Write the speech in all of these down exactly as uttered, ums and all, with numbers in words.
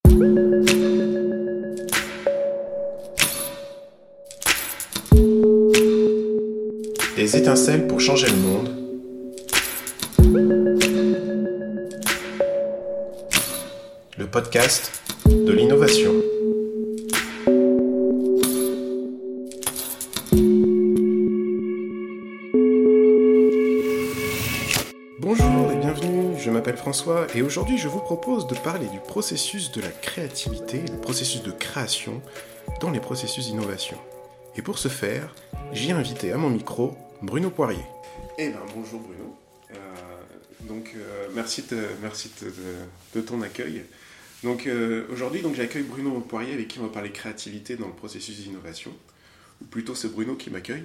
Des étincelles pour changer le monde. Le podcast de l'innovation. Bonjour et bienvenue, je m'appelle François et aujourd'hui je vous propose de parler du processus de la créativité, le processus de création dans les processus d'innovation. Et pour ce faire, j'ai invité à mon micro Bruno Poirier. Eh bien bonjour Bruno, euh, donc euh, merci, de, merci de, de, de ton accueil. Donc euh, aujourd'hui donc, j'accueille Bruno Poirier avec qui on va parler créativité dans le processus d'innovation, ou plutôt c'est Bruno qui m'accueille.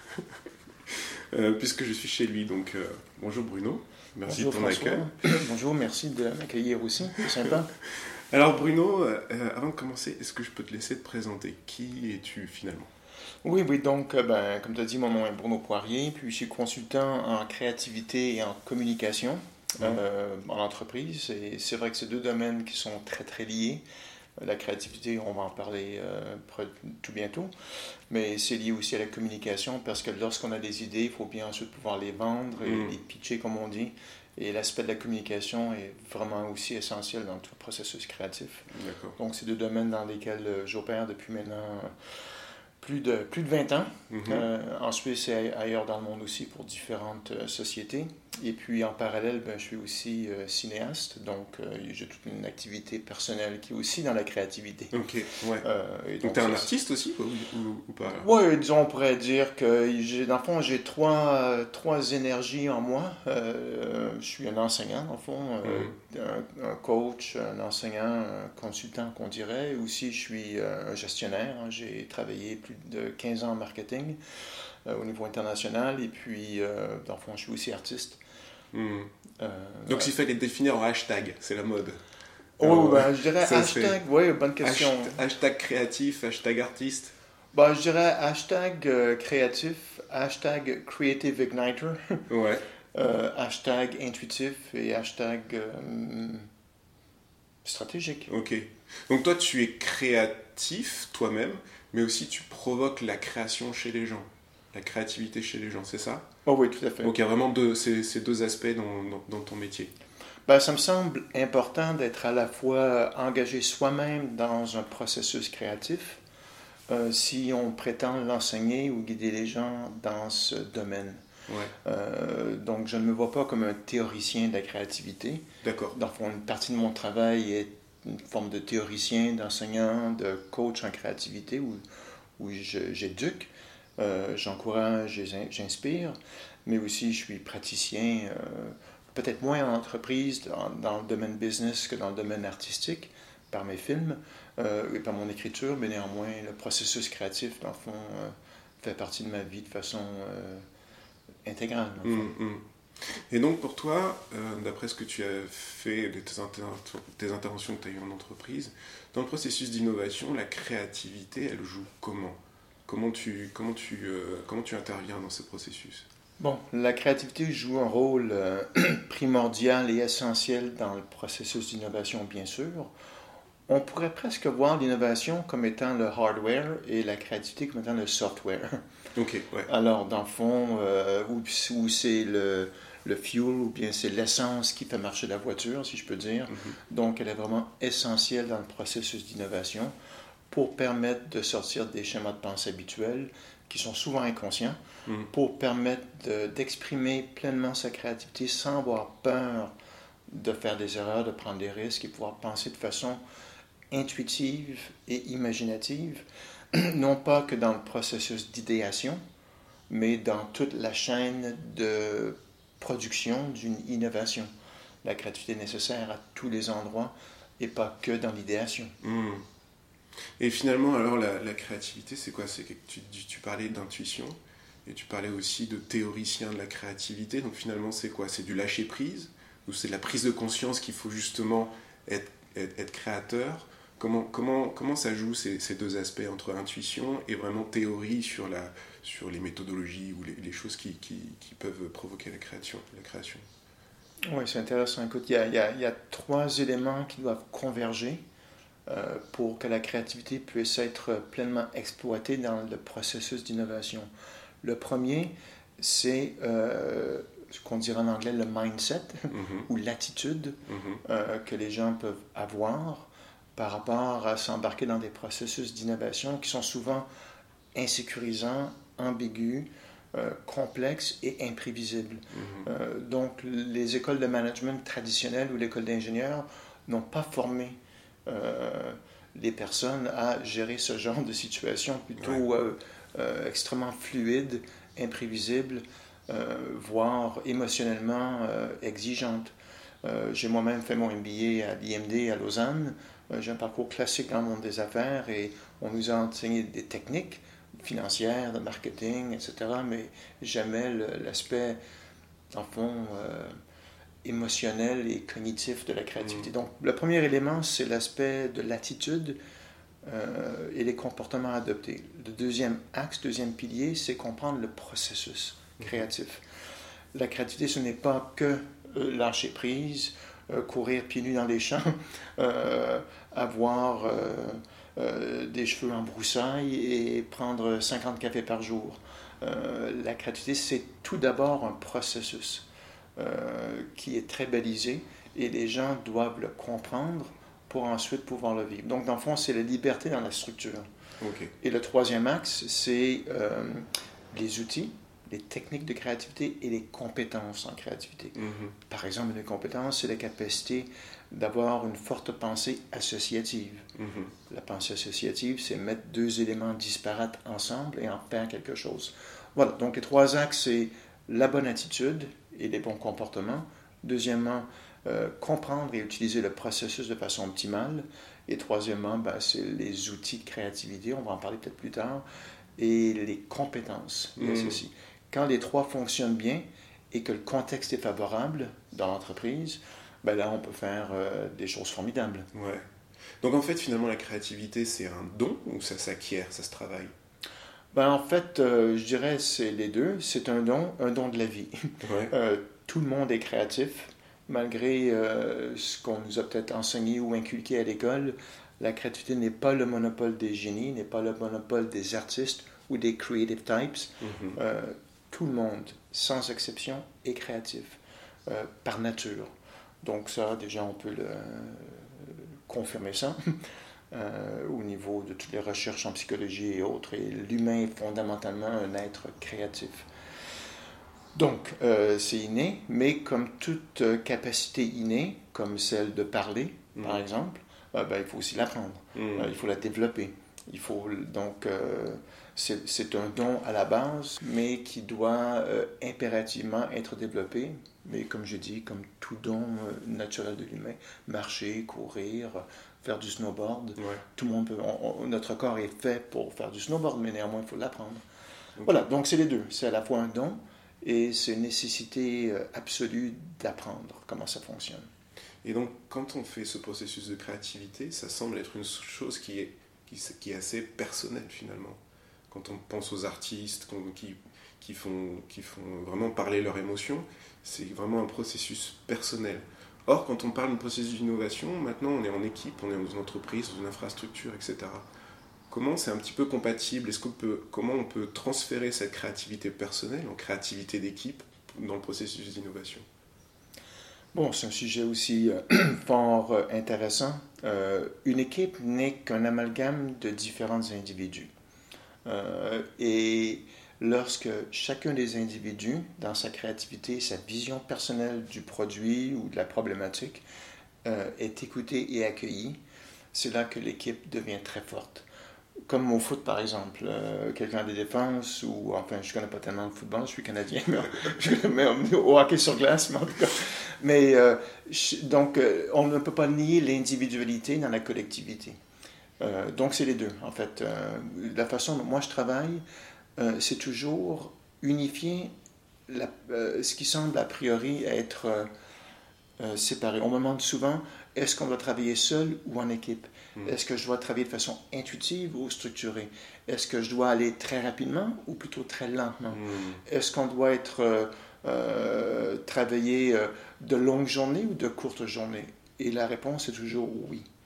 Euh, puisque je suis chez lui, donc euh, bonjour Bruno, merci bonjour de ton François. accueil. Bonjour, merci de m'accueillir aussi, c'est sympa. Alors Bruno, euh, avant de commencer, est-ce que je peux te laisser te présenter? Qui es-tu finalement? Oui, oui, donc euh, ben, comme tu as dit, mon nom est Bruno Poirier, puis je suis consultant en créativité et en communication mmh. euh, en entreprise, et c'est vrai que c'est deux domaines qui sont très très liés. La créativité, on va en parler euh, tout bientôt, mais c'est lié aussi à la communication parce que lorsqu'on a des idées, il faut bien ensuite pouvoir les vendre et mmh. les pitcher, comme on dit. Et l'aspect de la communication est vraiment aussi essentiel dans tout le processus créatif. D'accord. Donc, c'est deux domaines dans lesquels j'opère depuis maintenant plus de, plus de vingt ans, mmh. euh, en Suisse et ailleurs dans le monde aussi pour différentes euh, sociétés. Et puis en parallèle, ben, je suis aussi euh, cinéaste, donc euh, j'ai toute une activité personnelle qui est aussi dans la créativité. Ok, ouais. Euh, et donc tu es un artiste aussi ou, ou, ou pas? Oui, disons, on pourrait dire que j'ai, dans le fond, j'ai trois, euh, trois énergies en moi. Euh, je suis un enseignant, dans le fond, euh, mmh. un, un coach, un enseignant, un consultant qu'on dirait. Et aussi, je suis euh, un gestionnaire. Hein. J'ai travaillé plus de quinze ans en marketing euh, au niveau international. Et puis, euh, dans le fond, je suis aussi artiste. Mmh. Euh, Donc, s'il fallait te définir en hashtag, c'est la mode. Oh, ben, je dirais ça, hashtag, oui, bonne question. Hashtag, hashtag créatif, hashtag artiste. Ben, je dirais hashtag euh, créatif, hashtag creative igniter, ouais. euh, hashtag intuitif et hashtag euh, stratégique. Ok. Donc, toi, tu es créatif toi-même, mais aussi tu provoques la création chez les gens. La créativité chez les gens, c'est ça? Oh oui, tout à fait. Donc il y a vraiment deux, ces, ces deux aspects dans, dans, dans ton métier. Ben, ça me semble important d'être à la fois engagé soi-même dans un processus créatif, euh, si on prétend l'enseigner ou guider les gens dans ce domaine. Ouais. Euh, donc je ne me vois pas comme un théoricien de la créativité. D'accord. Dans le fond, une partie de mon travail est une forme de théoricien, d'enseignant, de coach en créativité où, où je, j'éduque. Euh, j'encourage, j'inspire, mais aussi je suis praticien, euh, peut-être moins en entreprise, dans, dans le domaine business que dans le domaine artistique, par mes films euh, et par mon écriture, mais néanmoins le processus créatif, dans le fond, euh, fait partie de ma vie de façon euh, intégrale. Dans le fond. Mmh, mmh. Et donc pour toi, euh, d'après ce que tu as fait, de tes, inter- tes interventions que tu as eues en entreprise, dans le processus d'innovation, la créativité, elle joue comment ? Comment tu, comment, tu, euh, comment tu interviens dans ce processus? Bon, la créativité joue un rôle euh, primordial et essentiel dans le processus d'innovation, bien sûr. On pourrait presque voir l'innovation comme étant le hardware et la créativité comme étant le software. Ok, ouais. Alors, dans le fond, euh, où, où c'est le, le fuel ou bien c'est l'essence qui fait marcher la voiture, si je peux dire. Mm-hmm. Donc, elle est vraiment essentielle dans le processus d'innovation pour permettre de sortir des schémas de pensée habituels qui sont souvent inconscients, mmh. pour permettre de, d'exprimer pleinement sa créativité sans avoir peur de faire des erreurs, de prendre des risques et pouvoir penser de façon intuitive et imaginative, non pas que dans le processus d'idéation, mais dans toute la chaîne de production d'une innovation. La créativité est nécessaire à tous les endroits et pas que dans l'idéation. Mmh. Et finalement, alors, la, la créativité, c'est quoi? C'est que tu, tu parlais d'intuition et tu parlais aussi de théoricien de la créativité. Donc finalement, c'est quoi? C'est du lâcher-prise ou c'est de la prise de conscience qu'il faut justement être, être, être créateur? Comment, comment, comment ça joue ces, ces deux aspects entre intuition et vraiment théorie sur, la, sur les méthodologies ou les, les choses qui, qui, qui peuvent provoquer la création, la création? Oui, c'est intéressant. Écoute, il y a, il y a, il y a trois éléments qui doivent converger euh, pour que la créativité puisse être pleinement exploitée dans le processus d'innovation. Le premier, c'est euh, ce qu'on dirait en anglais le mindset mm-hmm. ou l'attitude mm-hmm. euh, que les gens peuvent avoir par rapport à s'embarquer dans des processus d'innovation qui sont souvent insécurisants, ambigus, euh, complexes et imprévisibles. Mm-hmm. Euh, donc, les écoles de management traditionnelles ou l'école d'ingénieurs n'ont pas formé euh, les personnes à gérer ce genre de situation plutôt ouais. euh, euh, extrêmement fluide, imprévisible, euh, voire émotionnellement euh, exigeante. Euh, j'ai moi-même fait mon M B A à l'I M D à Lausanne. Euh, j'ai un parcours classique dans le monde des affaires et on nous a enseigné des techniques financières, de marketing, et cetera, mais jamais le, l'aspect, en fond, euh, émotionnel et cognitif de la créativité. Mmh. Donc, le premier élément, c'est l'aspect de l'attitude euh, et les comportements adoptés. Le deuxième axe, deuxième pilier, c'est comprendre le processus créatif. Mmh. La créativité, ce n'est pas que euh, lâcher prise, euh, courir pieds nus dans les champs, euh, avoir euh, euh, des cheveux en broussailles et prendre cinquante cafés par jour. Euh, la créativité, c'est tout d'abord un processus. Euh, qui est très balisé et les gens doivent le comprendre pour ensuite pouvoir le vivre. Donc, dans le fond, c'est la liberté dans la structure. Okay. Et le troisième axe, c'est euh, les outils, les techniques de créativité et les compétences en créativité. Mm-hmm. Par exemple, une compétence, c'est la capacité d'avoir une forte pensée associative. Mm-hmm. La pensée associative, c'est mettre deux éléments disparates ensemble et en faire quelque chose. Voilà, donc les trois axes, c'est la bonne attitude et les bons comportements. Deuxièmement, euh, comprendre et utiliser le processus de façon optimale. Et troisièmement, ben, c'est les outils de créativité, on va en parler peut-être plus tard, et les compétences mmh. associées. Quand les trois fonctionnent bien et que le contexte est favorable dans l'entreprise, ben là, on peut faire euh, des choses formidables. Ouais. Donc en fait, finalement, la créativité, c'est un don ou ça s'acquiert, ça se travaille? Ben, en fait, euh, je dirais c'est les deux. C'est un don, un don de la vie. Ouais. Euh, tout le monde est créatif, malgré euh, ce qu'on nous a peut-être enseigné ou inculqué à l'école. La créativité n'est pas le monopole des génies, n'est pas le monopole des artistes ou des creative types. Mm-hmm. Euh, tout le monde, sans exception, est créatif, euh, par nature. Donc ça, déjà, on peut le, euh, confirmer ça. Euh, au niveau de toutes les recherches en psychologie et autres. Et l'humain est fondamentalement un être créatif. Donc, euh, c'est inné, mais comme toute euh, capacité innée, comme celle de parler, mmh. par exemple, euh, ben, il faut aussi l'apprendre. Mmh. Euh, il faut la développer. Il faut, donc, euh, c'est, c'est un don à la base, mais qui doit euh, impérativement être développé. Mais comme je dis, comme tout don euh, naturel de l'humain, marcher, courir, faire du snowboard, ouais. tout le monde peut, on, on, notre corps est fait pour faire du snowboard, mais néanmoins, il faut l'apprendre. Okay. Voilà, donc c'est les deux. C'est à la fois un don et c'est une nécessité euh, absolue d'apprendre comment ça fonctionne. Et donc, quand on fait ce processus de créativité, ça semble être une chose qui est, qui, qui est assez personnelle, finalement. Quand on pense aux artistes qui, qui, font, qui font vraiment parler leurs émotions, c'est vraiment un processus personnel. Or, quand on parle de processus d'innovation, maintenant on est en équipe, on est dans une entreprise, dans une infrastructure, et cetera. Comment c'est un petit peu compatible? Est-ce qu'on peut, comment on peut transférer cette créativité personnelle en créativité d'équipe dans le processus d'innovation? Bon, c'est un sujet aussi euh, fort euh, intéressant. Euh, une équipe n'est qu'un amalgame de différents individus. Euh, et lorsque chacun des individus, dans sa créativité, sa vision personnelle du produit ou de la problématique, euh, est écouté et accueilli, c'est là que l'équipe devient très forte. Comme au foot, par exemple, euh, quelqu'un de défense, ou enfin, je ne connais pas tellement de football, je suis canadien, mais, mais au hockey sur glace, mais en tout cas. Mais, euh, donc, euh, on ne peut pas nier l'individualité dans la collectivité. Euh, donc, c'est les deux, en fait. Euh, la façon dont moi je travaille, euh, c'est toujours unifier la, euh, ce qui semble a priori être euh, euh, séparé. On me demande souvent, est-ce qu'on doit travailler seul ou en équipe? Mmh. Est-ce que je dois travailler de façon intuitive ou structurée? Est-ce que je dois aller très rapidement ou plutôt très lentement? Mmh. Est-ce qu'on doit être euh, euh, travailler euh, de longues journées ou de courtes journées? Et la réponse est toujours oui.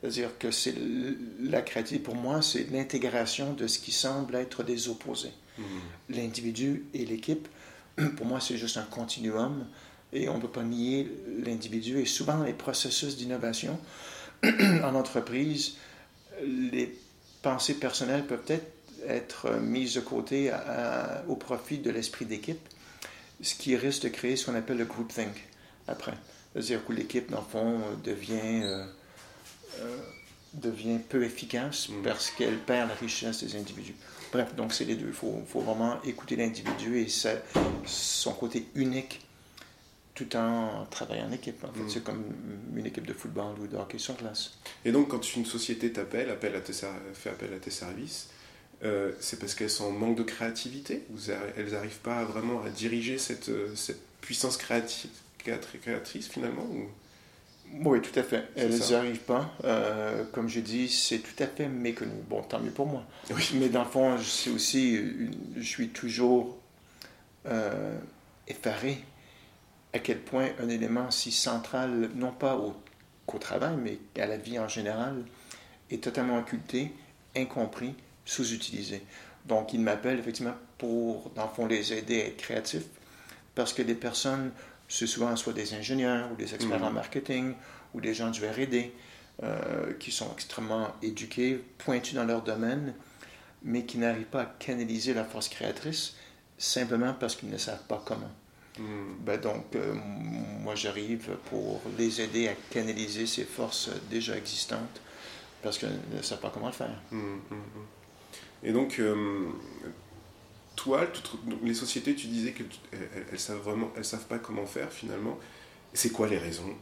C'est-à-dire que c'est la créativité, pour moi, c'est l'intégration de ce qui semble être des opposés. Mmh. L'individu et l'équipe, pour moi, c'est juste un continuum et on ne peut pas nier l'individu. Et souvent, dans les processus d'innovation en entreprise, les pensées personnelles peuvent être, être mises de côté à, à, au profit de l'esprit d'équipe, ce qui risque de créer ce qu'on appelle le groupthink après. C'est-à-dire que l'équipe, dans le fond, devient... Euh, Euh, devient peu efficace mmh. parce qu'elle perd la richesse des individus. Bref, donc c'est les deux. Il faut, faut vraiment écouter l'individu et sa, son côté unique tout en travaillant en équipe. En fait, mmh. c'est comme une équipe de football ou de hockey sur glace. Et donc, quand une société t'appelle, appelle à tes, fait appel à tes services, euh, c'est parce qu'elles sont en manque de créativité? Ou elles n'arrivent pas vraiment à diriger cette, cette puissance créative, créatrice finalement ou... Oui, tout à fait. Elles n'y arrivent pas. Euh, comme je dis, c'est tout à fait méconnu. Bon, tant mieux pour moi. Oui. Mais dans le fond, c'est aussi, je suis toujours euh, effaré à quel point un élément si central, non pas au, qu'au travail, mais à la vie en général, est totalement occulté, incompris, sous-utilisé. Donc, ils m'appellent effectivement pour, dans le fond, les aider à être créatifs, parce que les personnes... c'est souvent soit des ingénieurs ou des experts mmh. en marketing ou des gens du R et D euh, qui sont extrêmement éduqués, pointus dans leur domaine, mais qui n'arrivent pas à canaliser la force créatrice simplement parce qu'ils ne savent pas comment. Mmh. Ben donc, euh, moi, j'arrive pour les aider à canaliser ces forces déjà existantes parce qu'ils ne savent pas comment le faire. Mmh, mmh. Et donc... Euh... Toi, les sociétés, tu disais qu'elles elles savent vraiment, elles savent pas comment faire finalement. C'est quoi les raisons?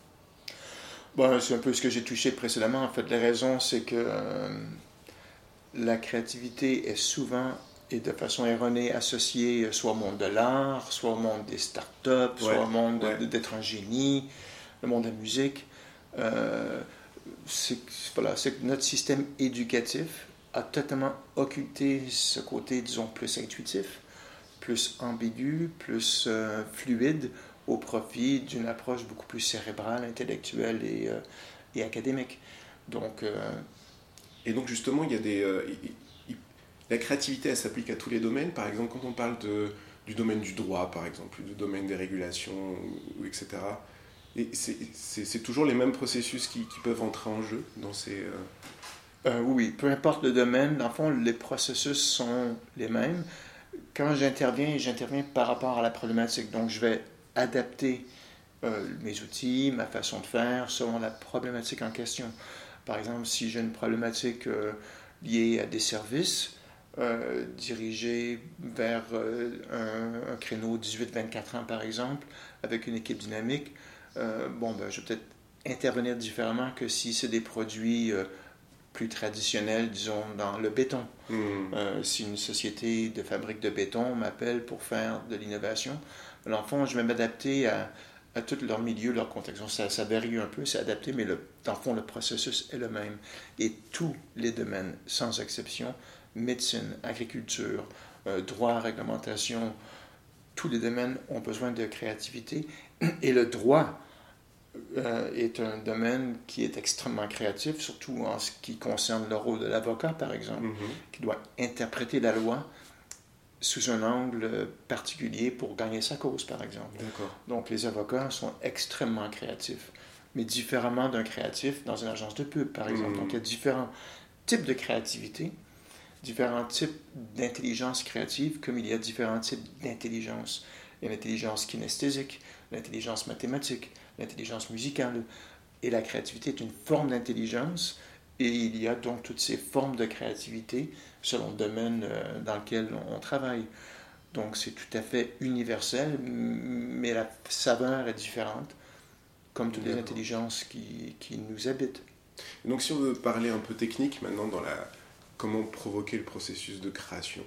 Bon, c'est un peu ce que j'ai touché précédemment. En fait, les raisons, c'est que euh, la créativité est souvent et de façon erronée associée soit au monde de l'art, soit au monde des startups, ouais, soit au monde ouais. d'être un génie, le monde de la musique. Euh, c'est, voilà, c'est que notre système éducatif a totalement occulté ce côté, disons, plus intuitif, plus ambigu, plus euh, fluide, au profit d'une approche beaucoup plus cérébrale, intellectuelle et, euh, et académique. Donc, euh... Et donc, justement, il y a des... Euh, il, il, la créativité, elle s'applique à tous les domaines. Par exemple, quand on parle de, du domaine du droit, par exemple, du domaine des régulations, et cetera. Et c'est, c'est, c'est toujours les mêmes processus qui, qui peuvent entrer en jeu dans ces... Euh... Euh, oui, peu importe le domaine, dans le fond, les processus sont les mêmes. Quand j'interviens, j'interviens par rapport à la problématique. Donc, je vais adapter euh, mes outils, ma façon de faire, selon la problématique en question. Par exemple, si j'ai une problématique euh, liée à des services, euh, dirigée vers euh, un, un créneau dix-huit à vingt-quatre ans, par exemple, avec une équipe dynamique, euh, bon, ben, je vais peut-être intervenir différemment que si c'est des produits... Euh, plus traditionnel, disons, dans le béton. Mmh. Euh, si une société de fabrique de béton m'appelle pour faire de l'innovation, dans le fond, je vais m'adapter à, à tout leur milieu, leur contexte. Donc, ça, ça varie un peu, c'est adapté, mais le, dans le fond, le processus est le même. Et tous les domaines, sans exception, médecine, agriculture, euh, droit, réglementation, tous les domaines ont besoin de créativité. Et le droit Euh, est un domaine qui est extrêmement créatif, surtout en ce qui concerne le rôle de l'avocat, par exemple, mm-hmm. qui doit interpréter la loi sous un angle particulier pour gagner sa cause, par exemple. D'accord. Donc, les avocats sont extrêmement créatifs, mais différemment d'un créatif dans une agence de pub, par exemple. Mm-hmm. Donc, il y a différents types de créativité, différents types d'intelligence créative, comme il y a différents types d'intelligence. Il y a l'intelligence kinesthésique, l'intelligence mathématique, l'intelligence musicale. Et la créativité est une forme d'intelligence, et il y a donc toutes ces formes de créativité selon le domaine dans lequel on travaille. Donc c'est tout à fait universel, mais la saveur est différente, comme toutes D'accord. les intelligences qui, qui nous habitent. Donc si on veut parler un peu technique maintenant dans la comment provoquer le processus de création,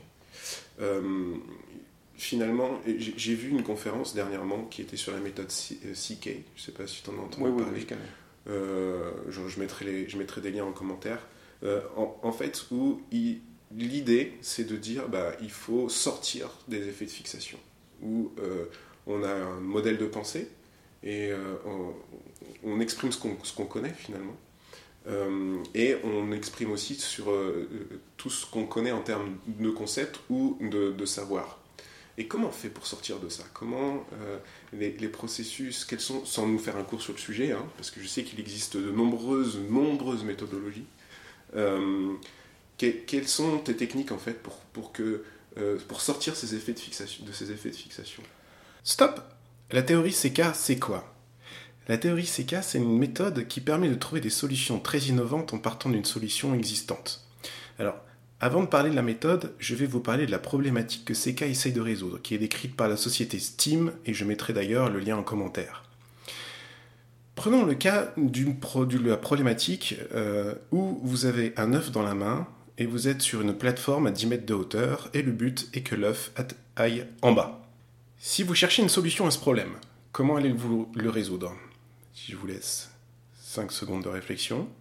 euh, finalement, j'ai vu une conférence dernièrement qui était sur la méthode C K. Je ne sais pas si tu en as entendu oui, parler. Oui, oui, je connais. Euh, je, je, mettrai les, je mettrai des liens en commentaire. Euh, en, en fait, où il, l'idée, c'est de dire bah, il faut sortir des effets de fixation. Où euh, on a un modèle de pensée et euh, on, on exprime ce qu'on, ce qu'on connaît finalement. Euh, et on exprime aussi sur euh, tout ce qu'on connaît en termes de concepts ou de, de savoir. Et comment on fait pour sortir de ça? Comment euh, les, les processus, quels sont, sans nous faire un cours sur le sujet, hein, parce que je sais qu'il existe de nombreuses, nombreuses méthodologies, euh, que, quelles sont tes techniques en fait pour, pour, que, euh, pour sortir ces effets de fixation, de ces effets de fixation? Stop! La théorie C K, c'est quoi? La théorie C K, c'est une méthode qui permet de trouver des solutions très innovantes en partant d'une solution existante. Alors, avant de parler de la méthode, je vais vous parler de la problématique que C K essaye de résoudre, qui est décrite par la société Steam, et je mettrai d'ailleurs le lien en commentaire. Prenons le cas d'une pro, de la problématique euh, où vous avez un œuf dans la main, et vous êtes sur une plateforme à dix mètres de hauteur, et le but est que l'œuf aille en bas. Si vous cherchez une solution à ce problème, comment allez-vous le résoudre? Si je vous laisse cinq secondes de réflexion.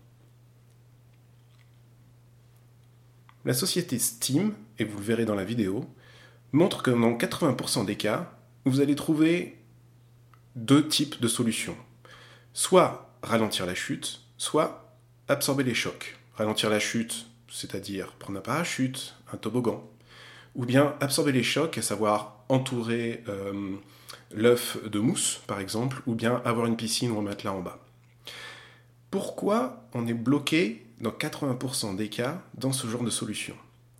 La société Steam, et vous le verrez dans la vidéo, montre que dans quatre-vingts pour cent des cas, vous allez trouver deux types de solutions. Soit ralentir la chute, soit absorber les chocs. Ralentir la chute, c'est-à-dire prendre un parachute, un toboggan, ou bien absorber les chocs, à savoir entourer euh, l'œuf de mousse, par exemple, ou bien avoir une piscine ou un matelas en bas. Pourquoi on est bloqué dans quatre-vingts pour cent des cas dans ce genre de solution?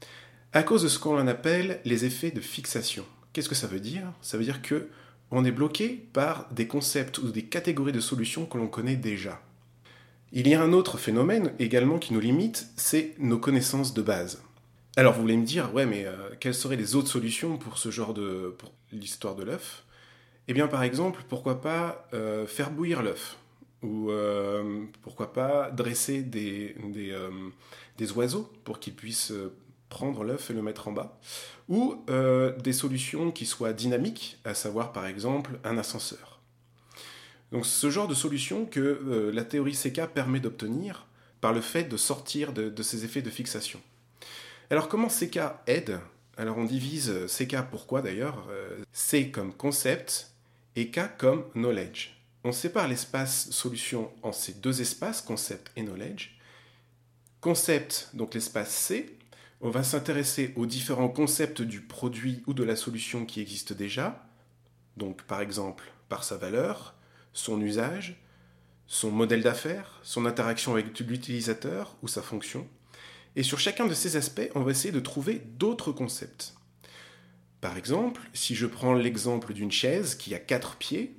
À cause de ce qu'on appelle les effets de fixation. Qu'est-ce que ça veut dire? Ça veut dire que on est bloqué par des concepts ou des catégories de solutions que l'on connaît déjà. Il y a un autre phénomène également qui nous limite, c'est nos connaissances de base. Alors vous voulez me dire, ouais mais euh, quelles seraient les autres solutions pour ce genre de... pour l'histoire de l'œuf? Eh bien par exemple, pourquoi pas euh, faire bouillir l'œuf? Ou euh, pourquoi pas dresser des, des, euh, des oiseaux pour qu'ils puissent prendre l'œuf et le mettre en bas. Ou euh, des solutions qui soient dynamiques, à savoir par exemple un ascenseur. Donc ce genre de solution que euh, la théorie C K permet d'obtenir par le fait de sortir de, de ces effets de fixation. Alors comment C K aide? Alors on divise C K pourquoi d'ailleurs? euh, C comme concept et K comme knowledge. On sépare l'espace solution en ces deux espaces, concept et knowledge. Concept, donc l'espace C, on va s'intéresser aux différents concepts du produit ou de la solution qui existe déjà, donc par exemple par sa valeur, son usage, son modèle d'affaires, son interaction avec l'utilisateur ou sa fonction. Et sur chacun de ces aspects, on va essayer de trouver d'autres concepts. Par exemple, si je prends l'exemple d'une chaise qui a quatre pieds,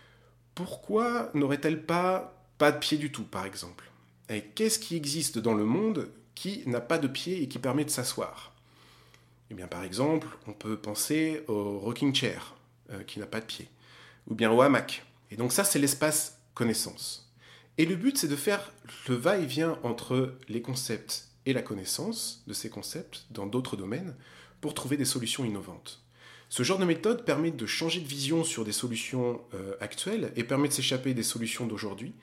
pourquoi n'aurait-elle pas, pas de pied du tout, par exemple? Et qu'est-ce qui existe dans le monde qui n'a pas de pied et qui permet de s'asseoir? Eh bien, par exemple, on peut penser au rocking chair, euh, qui n'a pas de pied, ou bien au hamac. Et donc ça, c'est l'espace connaissance. Et le but, c'est de faire le va-et-vient entre les concepts et la connaissance de ces concepts dans d'autres domaines pour trouver des solutions innovantes. Ce genre de méthode permet de changer de vision sur des solutions euh, actuelles et permet de s'échapper des solutions d'aujourd'hui.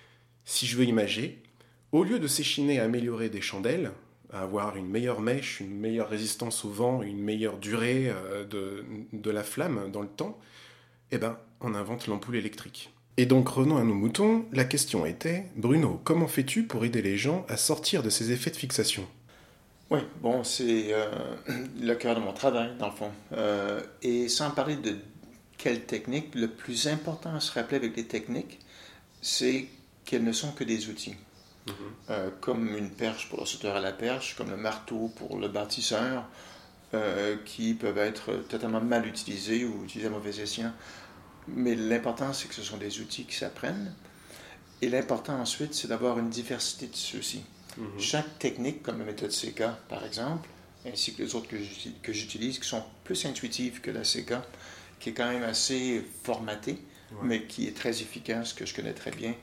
Si je veux imager, au lieu de s'échiner à améliorer des chandelles, à avoir une meilleure mèche, une meilleure résistance au vent, une meilleure durée euh, de, de la flamme dans le temps, eh ben, on invente l'ampoule électrique. Et donc revenons à nos moutons, la question était, Bruno, comment fais-tu pour aider les gens à sortir de ces effets de fixation? Oui, bon, c'est euh, le cœur de mon travail, dans le fond. Euh, et sans parler de quelle technique, le plus important à se rappeler avec les techniques, c'est qu'elles ne sont que des outils. Mm-hmm. Euh, comme une perche pour le sauteur à la perche, comme le marteau pour le bâtisseur, euh, qui peuvent être totalement mal utilisés ou utilisés à mauvais escient. Mais l'important, c'est que ce sont des outils qui s'apprennent. Et l'important ensuite, c'est d'avoir une diversité de ceux-ci. Mm-hmm. Chaque technique, comme la méthode C K, par exemple, ainsi que les autres que j'utilise, que j'utilise, qui sont plus intuitives que la C K, qui est quand même assez formatée, ouais. mais qui est très efficace, que je connais très bien,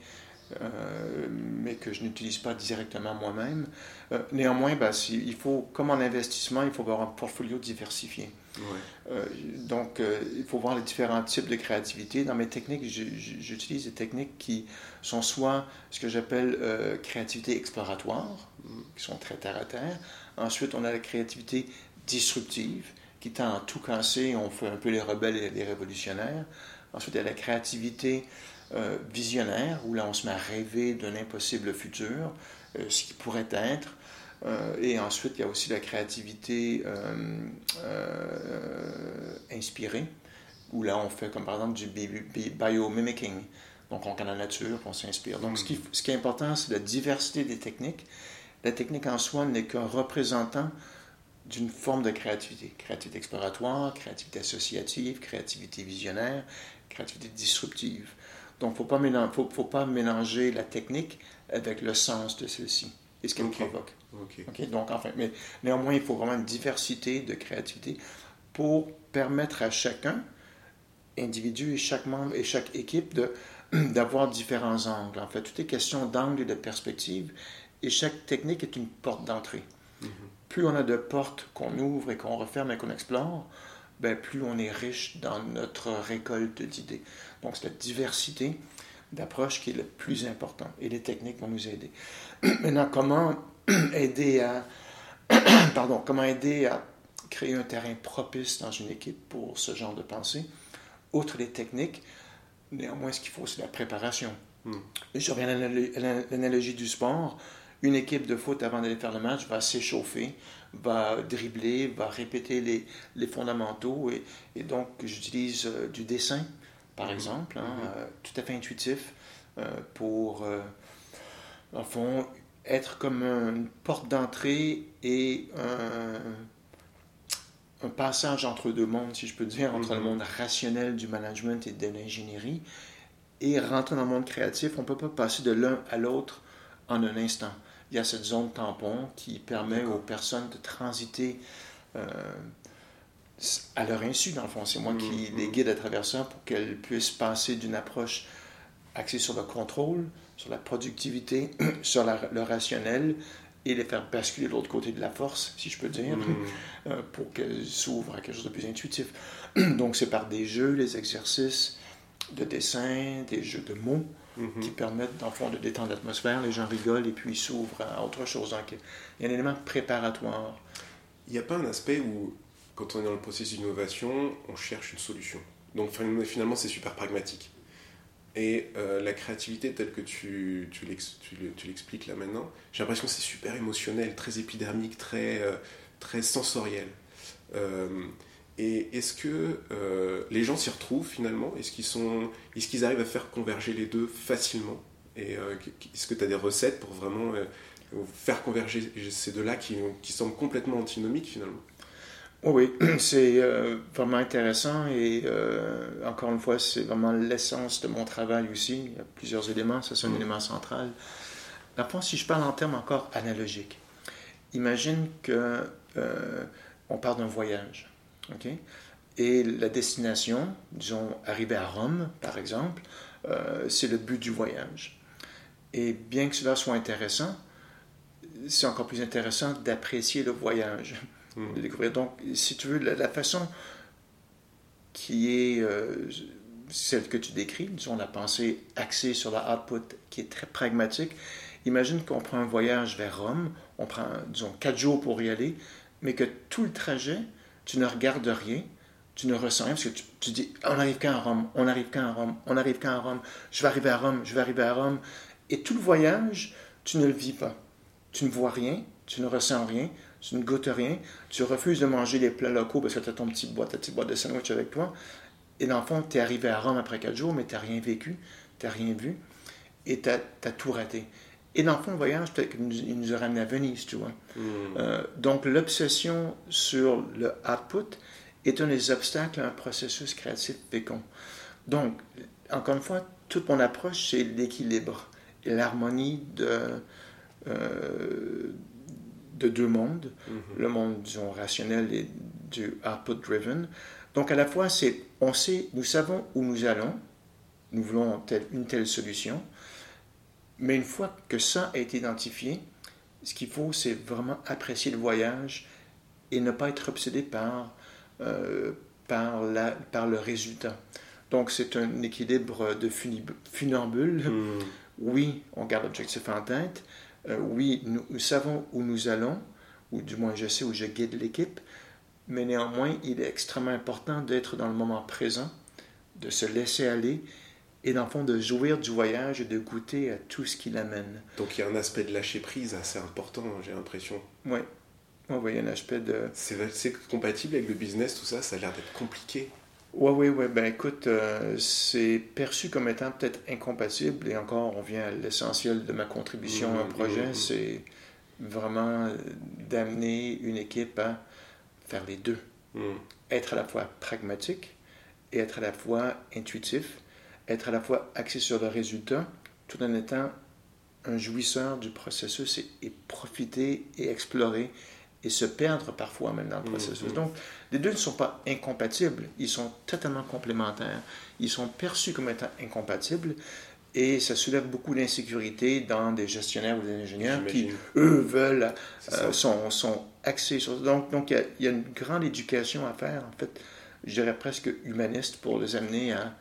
euh, mais que je n'utilise pas directement moi-même. Euh, néanmoins, ben, il faut, comme en investissement, il faut avoir un portfolio diversifié. Ouais. Euh, donc, euh, il faut voir les différents types de créativité. Dans mes techniques, j'utilise des techniques qui sont soit ce que j'appelle euh, créativité exploratoire, qui sont très terre à terre. Ensuite, on a la créativité disruptive, qui tend à tout casser. On fait un peu les rebelles et les révolutionnaires. Ensuite, il y a la créativité euh, visionnaire, où là on se met à rêver d'un impossible futur, euh, ce qui pourrait être. Euh, et ensuite, il y a aussi la créativité euh, euh, inspirée, où là on fait comme par exemple du biomimicking. Donc on regarde la nature, on s'inspire. Donc mm. ce, qui, ce qui est important, c'est la diversité des techniques. La technique en soi n'est qu'un représentant d'une forme de créativité. Créativité exploratoire, créativité associative, créativité visionnaire, créativité disruptive. Donc, il ne faut pas mélanger, faut, faut pas mélanger la technique avec le sens de celle-ci et ce qu'elle okay. provoque. Okay. Okay? Donc, enfin, mais néanmoins, il faut vraiment une diversité de créativité pour permettre à chacun, individu et chaque membre et chaque équipe, de, d'avoir différents angles. En fait, tout est question d'angle et de perspective, et chaque technique est une porte d'entrée. Mm-hmm. Plus on a de portes qu'on ouvre et qu'on referme et qu'on explore, ben plus on est riche dans notre récolte d'idées. Donc, c'est la diversité d'approche qui est le plus important, et les techniques vont nous aider. Maintenant, comment aider à, pardon, comment aider à créer un terrain propice dans une équipe pour ce genre de pensée? Outre les techniques, néanmoins, ce qu'il faut, c'est la préparation. Mm. Je reviens à l'analogie du sport. Une équipe de foot, avant d'aller faire le match, va s'échauffer, va dribbler, va répéter les, les fondamentaux. Et, et donc, j'utilise euh, du dessin, par mmh. exemple, hein, mmh. euh, tout à fait intuitif, euh, pour, euh, en fond, être comme une porte d'entrée et un, un passage entre deux mondes, si je peux dire, entre mmh. le monde rationnel du management et de l'ingénierie, et rentrer dans le monde créatif. On ne peut pas passer de l'un à l'autre en un instant. Il y a cette zone tampon qui permet D'accord. aux personnes de transiter euh, à leur insu, dans le fond. C'est moi mmh, qui mmh. les guide à travers ça pour qu'elles puissent passer d'une approche axée sur le contrôle, sur la productivité, sur la, le rationnel, et les faire basculer de l'autre côté de la force, si je peux dire, mmh. euh, pour qu'elles s'ouvrent à quelque chose de plus intuitif. Donc, c'est par des jeux, des exercices de dessin, des jeux de mots, Mm-hmm. qui permettent, dans le fond, de détendre l'atmosphère. Les gens rigolent et puis ils s'ouvrent à autre chose. Donc, il y a un élément préparatoire. Il n'y a pas un aspect où, quand on est dans le processus d'innovation, on cherche une solution. Donc, finalement, c'est super pragmatique. Et euh, la créativité, telle que tu, tu, l'ex, tu, tu l'expliques là maintenant, j'ai l'impression que c'est super émotionnel, très épidermique, très, euh, très sensoriel. Euh, Et est-ce que euh, les gens s'y retrouvent finalement? Est-ce qu'ils, sont, est-ce qu'ils arrivent à faire converger les deux facilement? Et euh, est-ce que tu as des recettes pour vraiment euh, faire converger ces deux-là qui, qui semblent complètement antinomiques finalement? Oui, c'est euh, vraiment intéressant et euh, encore une fois, c'est vraiment l'essence de mon travail aussi. Il y a plusieurs éléments, ça c'est un mmh. élément central. Dans le fond, si je parle en termes encore analogiques, imagine qu'on euh, parle d'un voyage. Okay? Et la destination, disons, arriver à Rome, par exemple, euh, c'est le but du voyage. Et bien que cela soit intéressant, c'est encore plus intéressant d'apprécier le voyage, mmh. de découvrir. Donc, si tu veux, la, la façon qui est euh, celle que tu décris, disons, la pensée axée sur la output, qui est très pragmatique, imagine qu'on prend un voyage vers Rome, on prend, disons, quatre jours pour y aller, mais que tout le trajet, tu ne regardes rien, tu ne ressens rien, parce que tu, tu dis, on arrive quand à Rome, on arrive quand à Rome, on arrive quand à Rome, je vais arriver à Rome, je vais arriver à Rome. Et tout le voyage, tu ne le vis pas. Tu ne vois rien, tu ne ressens rien, tu ne goûtes rien, tu refuses de manger les plats locaux parce que tu as ton petit boîte, ta petite boîte de sandwich avec toi. Et dans le fond, tu es arrivé à Rome après quatre jours, mais tu n'as rien vécu, tu n'as rien vu, et tu as tout raté. Et dans le fond, le voyage, peut-être qu'il nous a ramené à Venise, tu vois. Mm. Euh, donc, l'obsession sur le output est un des obstacles à un processus créatif fécond. Donc, encore une fois, toute mon approche, c'est l'équilibre et l'harmonie de, euh, de deux mondes. Mm-hmm. Le monde, disons, rationnel et du output-driven. Donc, à la fois, c'est, on sait, nous savons où nous allons, nous voulons telle, une telle solution. Mais une fois que ça a été identifié, ce qu'il faut, c'est vraiment apprécier le voyage et ne pas être obsédé par, euh, par, la, par le résultat. Donc, c'est un équilibre de funambule. Mmh. Oui, on garde l'objectif en tête. Euh, oui, nous, nous savons où nous allons, ou du moins je sais où je guide l'équipe. Mais néanmoins, il est extrêmement important d'être dans le moment présent, de se laisser aller et dans le fond de jouir du voyage et de goûter à tout ce qui l'amène. Donc il y a un aspect de lâcher prise assez important, j'ai l'impression. Oui, oui, oui, il y a un aspect de... C'est, c'est compatible avec le business, tout ça, ça a l'air d'être compliqué. Oui, oui, oui, ben écoute, euh, c'est perçu comme étant peut-être incompatible, et encore, on vient à l'essentiel de ma contribution mmh, à un projet, mmh, c'est vraiment d'amener une équipe à faire les deux. Mmh. Être à la fois pragmatique et être à la fois intuitif, être à la fois axé sur le résultat, tout en étant un jouisseur du processus et, et profiter et explorer et se perdre parfois même dans le processus. Mmh. Donc, les deux ne sont pas incompatibles, ils sont totalement complémentaires. Ils sont perçus comme étant incompatibles et ça soulève beaucoup d'insécurité dans des gestionnaires ou des ingénieurs J'imagine. Qui, eux, veulent, euh, sont, sont axés sur... Donc, donc il, y a, il y a une grande éducation à faire, en fait, je dirais presque humaniste, pour les amener à,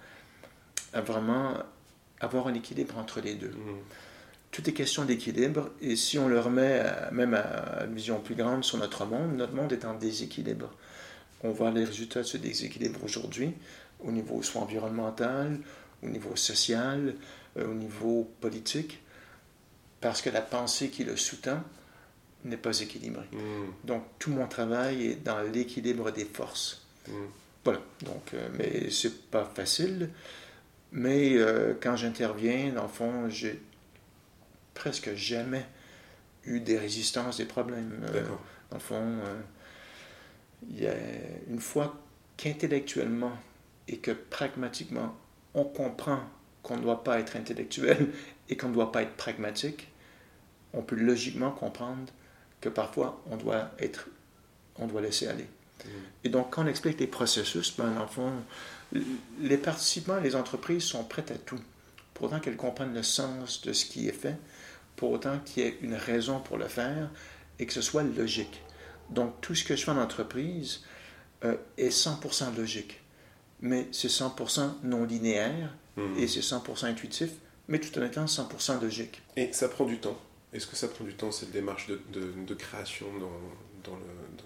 à vraiment avoir un équilibre entre les deux. Mmh. Tout est question d'équilibre, et si on le remet à, même à une vision plus grande sur notre monde, notre monde est en déséquilibre. On voit les résultats de ce déséquilibre aujourd'hui, au niveau soit environnemental, au niveau social, euh, au niveau politique, parce que la pensée qui le sous-tend n'est pas équilibrée. Mmh. Donc tout mon travail est dans l'équilibre des forces. Mmh. Voilà, donc, euh, mais c'est pas facile, mais euh, quand j'interviens, dans le fond, j'ai presque jamais eu des résistances, des problèmes. Euh, dans le fond, euh, il y a une fois qu'intellectuellement et que pragmatiquement, on comprend qu'on ne doit pas être intellectuel et qu'on ne doit pas être pragmatique, on peut logiquement comprendre que parfois, on doit être, on doit laisser aller. Mmh. Et donc, quand on explique les processus, ben, dans le fond, les participants, les entreprises sont prêtes à tout. Pour autant qu'elles comprennent le sens de ce qui est fait, pour autant qu'il y ait une raison pour le faire et que ce soit logique. Donc, tout ce que je fais en entreprise euh, est cent pour cent logique, mais c'est cent pour cent non linéaire mmh. et c'est cent pour cent intuitif, mais tout en étant cent pour cent logique. Et ça prend du temps. Est-ce que ça prend du temps, cette démarche de, de, de création dans, dans le... Dans...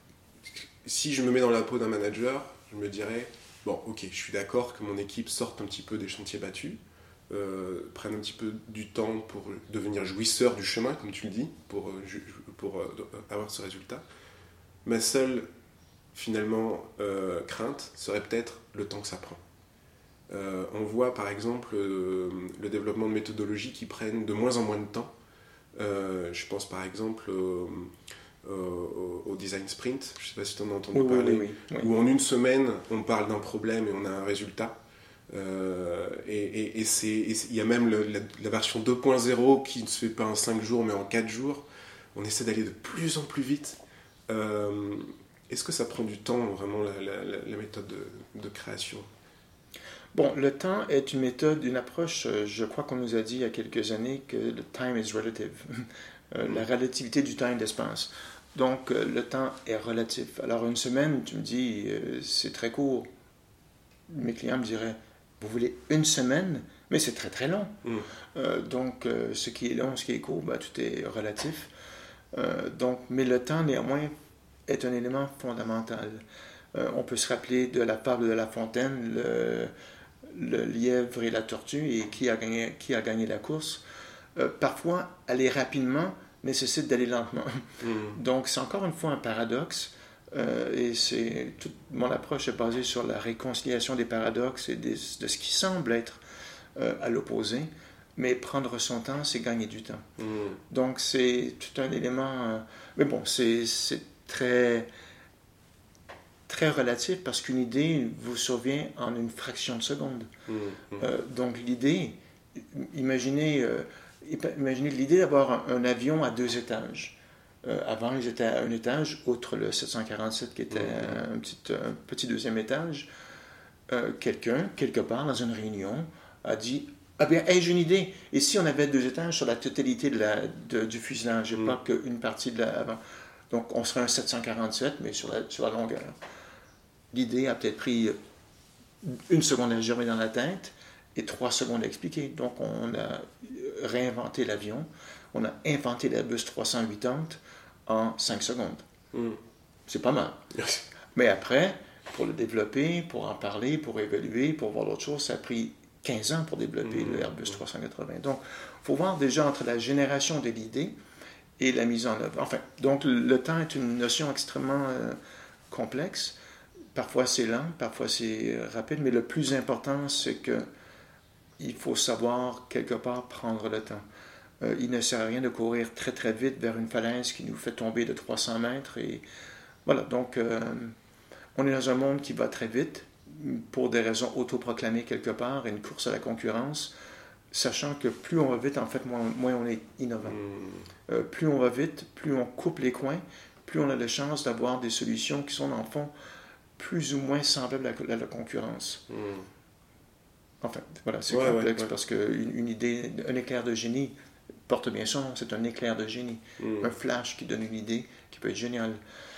Si je me mets dans la peau d'un manager, je me dirais, bon, ok, je suis d'accord que mon équipe sorte un petit peu des chantiers battus, Euh, prennent un petit peu du temps pour devenir jouisseur du chemin, comme tu le dis, pour, pour euh, avoir ce résultat. Ma seule, finalement, euh, crainte serait peut-être le temps que ça prend. Euh, on voit, par exemple, euh, le développement de méthodologies qui prennent de moins en moins de temps. Euh, je pense, par exemple, au, au, au design sprint, je ne sais pas si tu en as entendu oui, parler, oui, oui, oui. où en une semaine, on parle d'un problème et on a un résultat. Euh, et, et, et il y a même le, la, la version deux point zéro qui ne se fait pas en cinq jours mais en quatre jours. On essaie d'aller de plus en plus vite. Euh, est-ce que ça prend du temps vraiment la, la, la méthode de, de création? Bon, le temps est une méthode, une approche, je crois qu'on nous a dit il y a quelques années que le time is relative, euh, la relativité du temps et de l'espace. Donc euh, le temps est relatif. Alors une semaine, tu me dis, euh, c'est très court. Mes clients me diraient, vous voulez une semaine, mais c'est très très long. Mm. Euh, donc, euh, ce qui est long, ce qui est court, ben, tout est relatif. Euh, donc, mais le temps, néanmoins, est un élément fondamental. Euh, on peut se rappeler de la fable de La Fontaine, le, le lièvre et la tortue, et qui a gagné, qui a gagné la course. Euh, parfois, aller rapidement nécessite d'aller lentement. Mm. Donc, c'est encore une fois un paradoxe. Euh, et c'est, toute mon approche est basée sur la réconciliation des paradoxes et des, de ce qui semble être euh, à l'opposé, mais prendre son temps, c'est gagner du temps. Mmh. Donc c'est tout un élément, euh, mais bon, c'est, c'est très, très relatif parce qu'une idée vous survient en une fraction de seconde. Mmh. Euh, donc l'idée, imaginez, euh, imaginez l'idée d'avoir un, un avion à deux étages. Euh, avant, ils étaient à un étage, outre le sept cent quarante-sept qui était mmh. un, petit, un petit deuxième étage. Euh, quelqu'un, quelque part, dans une réunion, a dit « Ah bien, hey, j'ai une idée. Et si on avait deux étages sur la totalité de la, de, du fuselage, et mmh. pas qu'une partie de l'avant. Donc, on serait un sept cent quarante-sept, mais sur la, sur la longueur. » L'idée a peut-être pris une seconde à germer dans la tête et trois secondes à expliquer. Donc, on a réinventé l'avion. On a inventé l'Airbus trois cent quatre-vingts en cinq secondes. Mm. C'est pas mal. Mais après, pour le développer, pour en parler, pour évaluer, pour voir d'autres choses, ça a pris quinze ans pour développer mmh, le Airbus mmh. trois cent quatre-vingts. Donc, il faut voir déjà entre la génération de l'idée et la mise en œuvre. Enfin, donc le, le temps est une notion extrêmement euh, complexe. Parfois c'est lent, parfois c'est rapide, mais le plus important, c'est que il faut savoir quelque part prendre le temps. Euh, il ne sert à rien de courir très très vite vers une falaise qui nous fait tomber de trois cents mètres. Et voilà, donc euh, on est dans un monde qui va très vite pour des raisons autoproclamées quelque part, et une course à la concurrence, sachant que plus on va vite, en fait, moins, moins on est innovant. Mmh. Euh, plus on va vite, plus on coupe les coins, plus on a de chances d'avoir des solutions qui sont, dans le fond, plus ou moins semblables à la, à la concurrence. Mmh. Enfin, voilà, c'est ouais, complexe ouais, ouais. parce qu'une une idée, un éclair de génie porte bien son nom, c'est un éclair de génie. Mmh. Un flash qui donne une idée qui peut être géniale.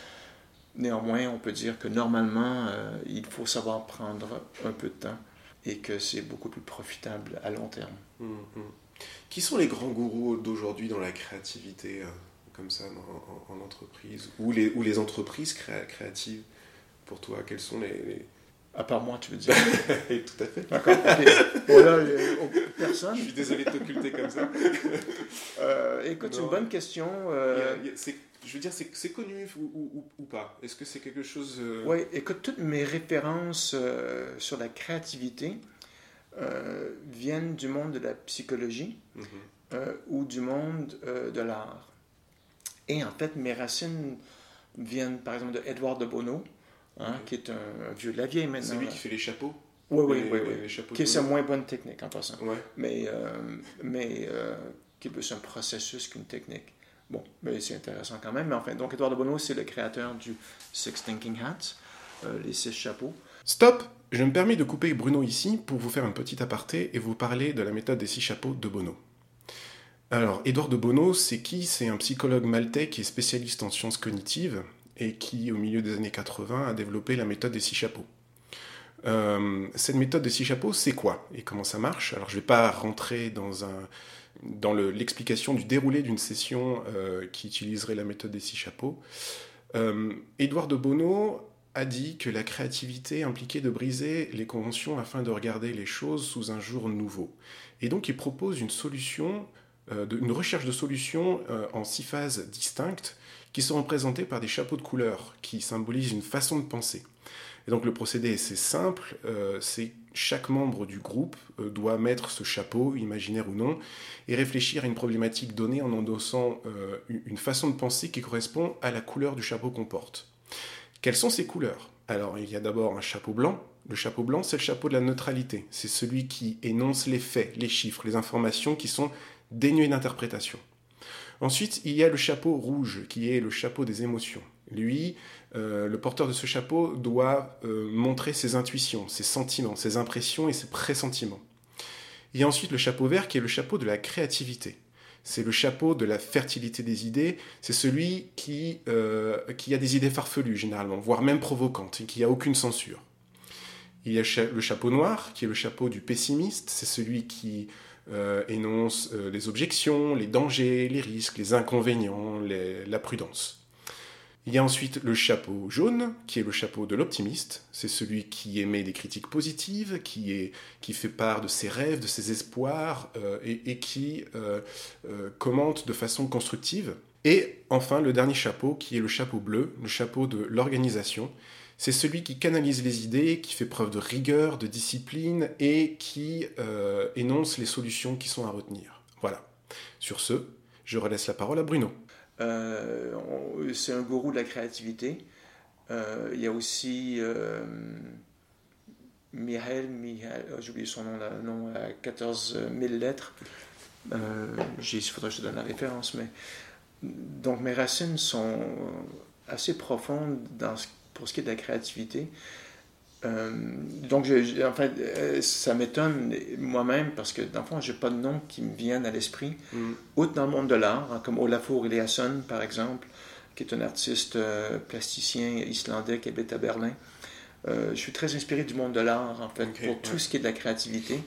Néanmoins, on peut dire que normalement, euh, il faut savoir prendre un peu de temps et que c'est beaucoup plus profitable à long terme. Mmh. Qui sont les grands gourous d'aujourd'hui dans la créativité, euh, comme ça, en, en, en entreprise, ou les, ou les entreprises créa- créatives, pour toi, quels sont les... les... À part moi, tu veux dire? Tout à fait. D'accord. Okay. Bon, là, euh, personne. Je suis désolé de t'occulter comme ça. euh, écoute, c'est une bonne question. Euh... Il y a, il y a, c'est, je veux dire, c'est, c'est connu ou, ou, ou pas? Est-ce que c'est quelque chose... Euh... Oui, écoute, toutes mes références euh, sur la créativité euh, viennent du monde de la psychologie mm-hmm. euh, ou du monde euh, de l'art. Et en fait, mes racines viennent, par exemple, de Édouard de Bono, hein, mm-hmm. qui est un, un vieux de la vieille maintenant. C'est lui qui fait les chapeaux. Oui, oui, les, oui. oui. Les chapeaux qui est sa moins bonne technique, en passant. Ouais. Mais, euh, mais euh, qui est plus un processus qu'une technique. Bon, mais c'est intéressant quand même. Mais enfin, donc Édouard de Bono, c'est le créateur du Six Thinking Hats, euh, les six chapeaux. Stop! Je me permets de couper Bruno ici pour vous faire un petit aparté et vous parler de la méthode des six chapeaux de Bono. Alors, Édouard de Bono, c'est qui? C'est un psychologue maltais qui est spécialiste en sciences cognitives et qui, au milieu des années quatre-vingts, a développé la méthode des six chapeaux. Euh, cette méthode des six chapeaux, c'est quoi et comment ça marche? Alors, je ne vais pas rentrer dans, un, dans le, l'explication du déroulé d'une session euh, qui utiliserait la méthode des six chapeaux. Euh, Édouard de Bono a dit que la créativité impliquait de briser les conventions afin de regarder les choses sous un jour nouveau. Et donc, il propose une solution, euh, de, une recherche de solutions euh, en six phases distinctes qui sont représentées par des chapeaux de couleurs qui symbolisent une façon de penser. Et donc le procédé est assez simple, euh, c'est chaque membre du groupe euh, doit mettre ce chapeau, imaginaire ou non, et réfléchir à une problématique donnée en endossant euh, une façon de penser qui correspond à la couleur du chapeau qu'on porte. Quelles sont ces couleurs? Alors il y a d'abord un chapeau blanc. Le chapeau blanc, c'est le chapeau de la neutralité. C'est celui qui énonce les faits, les chiffres, les informations qui sont dénuées d'interprétation. Ensuite, il y a le chapeau rouge, qui est le chapeau des émotions. Lui, euh, le porteur de ce chapeau doit euh, montrer ses intuitions, ses sentiments, ses impressions et ses pressentiments. Il y a ensuite le chapeau vert, qui est le chapeau de la créativité. C'est le chapeau de la fertilité des idées. C'est celui qui, euh, qui a des idées farfelues, généralement, voire même provocantes, et qui n'a aucune censure. Il y a le chapeau noir, qui est le chapeau du pessimiste. C'est celui qui euh, énonce euh, les objections, les dangers, les risques, les inconvénients, les, la prudence. Il y a ensuite le chapeau jaune, qui est le chapeau de l'optimiste. C'est celui qui émet des critiques positives, qui, est, qui fait part de ses rêves, de ses espoirs, euh, et, et qui euh, euh, commente de façon constructive. Et enfin, le dernier chapeau, qui est le chapeau bleu, le chapeau de l'organisation. C'est celui qui canalise les idées, qui fait preuve de rigueur, de discipline, et qui euh, énonce les solutions qui sont à retenir. Voilà. Sur ce, je relaisse la parole à Bruno. Euh, on, c'est un gourou de la créativité. Euh, il y a aussi euh, Mihail, Mihail oh, j'ai oublié son nom, là, nom à quatorze mille lettres. Euh, j'ai, il faudrait que je te donne la référence, mais donc mes racines sont assez profondes dans ce, pour ce qui est de la créativité. Euh, donc, je, en fait, ça m'étonne moi-même parce que, dans le fond, je n'ai pas de nom qui me viennent à l'esprit. Mm. Outre dans le monde de l'art, hein, comme Olafur Eliasson, par exemple, qui est un artiste euh, plasticien islandais qui habite à Berlin. Euh, je suis très inspiré du monde de l'art, en fait, okay, pour ouais. tout ce qui est de la créativité.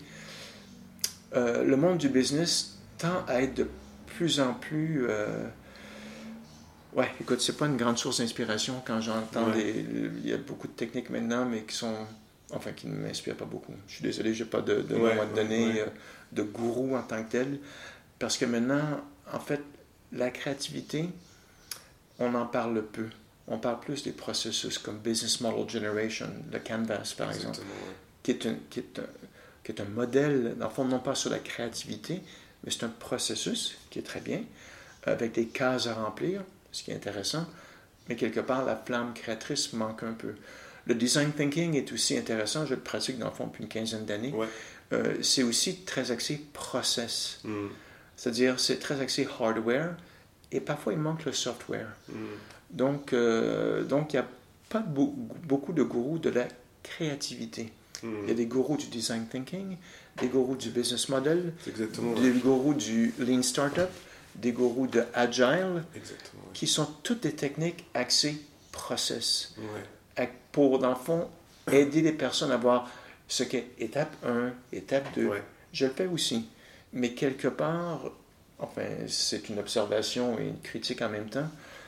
Euh, le monde du business tend à être de plus en plus... Euh, Ouais, écoute, c'est pas une grande source d'inspiration quand j'entends ouais. des... Il y a beaucoup de techniques maintenant, mais qui sont enfin qui ne m'inspire pas beaucoup. Je suis désolé, je n'ai pas de, de ouais, nom à te donner ouais, ouais. euh, de gourou en tant que tel, parce que maintenant, en fait, la créativité, on en parle peu. On parle plus des processus comme Business Model Generation, le Canvas par Exactement, exemple, ouais. qui est, un, qui, est un, qui est un modèle, dans le fond, non pas sur la créativité, mais c'est un processus qui est très bien, avec des cases à remplir, ce qui est intéressant, mais quelque part, la flamme créatrice manque un peu. Le design thinking est aussi intéressant, je le pratique dans le fond depuis une quinzaine d'années. Ouais. Euh, c'est aussi très axé process, mm. c'est-à-dire c'est très axé hardware, et parfois il manque le software. Mm. Donc, euh, donc il n'y a pas beau, beaucoup de gourous de la créativité. mm. Il y a des gourous du design thinking, des gourous du business model, Exactement, des ouais. gourous du lean startup, des gourous de agile, Exactement, ouais. qui sont toutes des techniques axées process. Ouais. Pour, dans le fond, aider les personnes à voir ce qu'est étape un, étape deux. Ouais. Je le fais aussi. Mais quelque part, enfin, c'est une observation et une critique en même temps,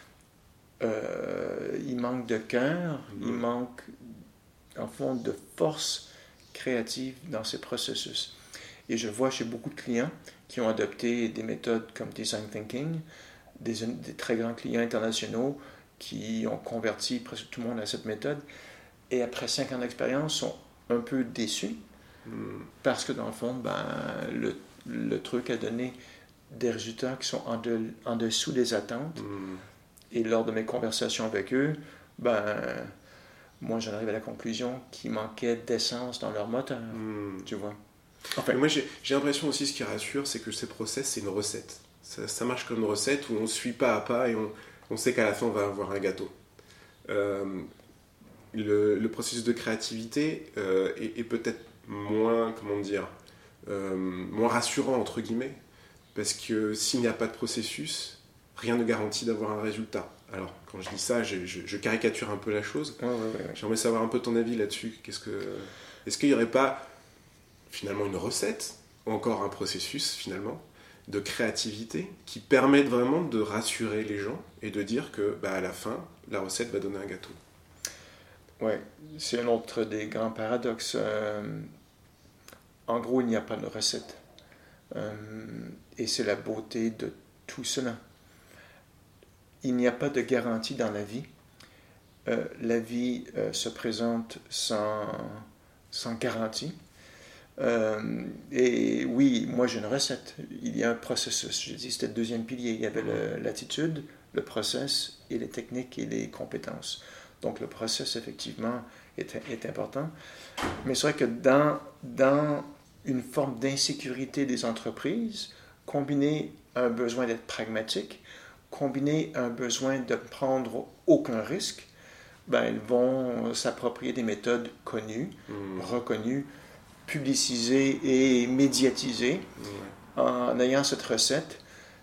euh, il manque de cœur, mm-hmm. il manque, en fond, de force créative dans ces processus. Et je le vois chez beaucoup de clients qui ont adopté des méthodes comme design thinking, des, des très grands clients internationaux qui ont converti presque tout le monde à cette méthode, et après cinq ans d'expérience, sont un peu déçus, mm. parce que dans le fond, ben, le, le truc a donné des résultats qui sont en, de, en dessous des attentes. Mm. Et lors de mes conversations avec eux, ben, moi j'en arrive à la conclusion qu'il manquait d'essence dans leur moteur, mm. tu vois. Enfin, moi j'ai, j'ai l'impression aussi, ce qui rassure, c'est que ces process, c'est une recette. Ça, ça marche comme une recette où on suit pas à pas et on, on sait qu'à la fin on va avoir un gâteau. Euh, le, le processus de créativité euh, est, est peut-être moins, comment dire, euh, moins rassurant entre guillemets, parce que s'il n'y a pas de processus, rien ne garantit d'avoir un résultat. Alors quand je dis ça, je, je, je caricature un peu la chose. Ouais, ouais, ouais. J'aimerais savoir un peu ton avis là-dessus. Qu'est-ce que, est-ce qu'il n'y aurait pas finalement une recette, ou encore un processus finalement de créativité qui permette vraiment de rassurer les gens et de dire que bah, à la fin, la recette va donner un gâteau. Oui, c'est un autre des grands paradoxes. Euh, en gros, il n'y a pas de recette. Euh, et c'est la beauté de tout cela. Il n'y a pas de garantie dans la vie. Euh, la vie euh, se présente sans, sans garantie. Euh, et oui, moi j'ai une recette. Il y a un processus. J'ai dit c'était le deuxième pilier. Il y avait le, l'attitude, le process et les techniques et les compétences. Donc le process effectivement est, est important. Mais c'est vrai que dans, dans une forme d'insécurité des entreprises, combiné à un besoin d'être pragmatique, combiné à un besoin de prendre aucun risque, ben, elles vont s'approprier des méthodes connues, mmh. reconnues, publicisées et médiatisées mmh. en ayant cette recette.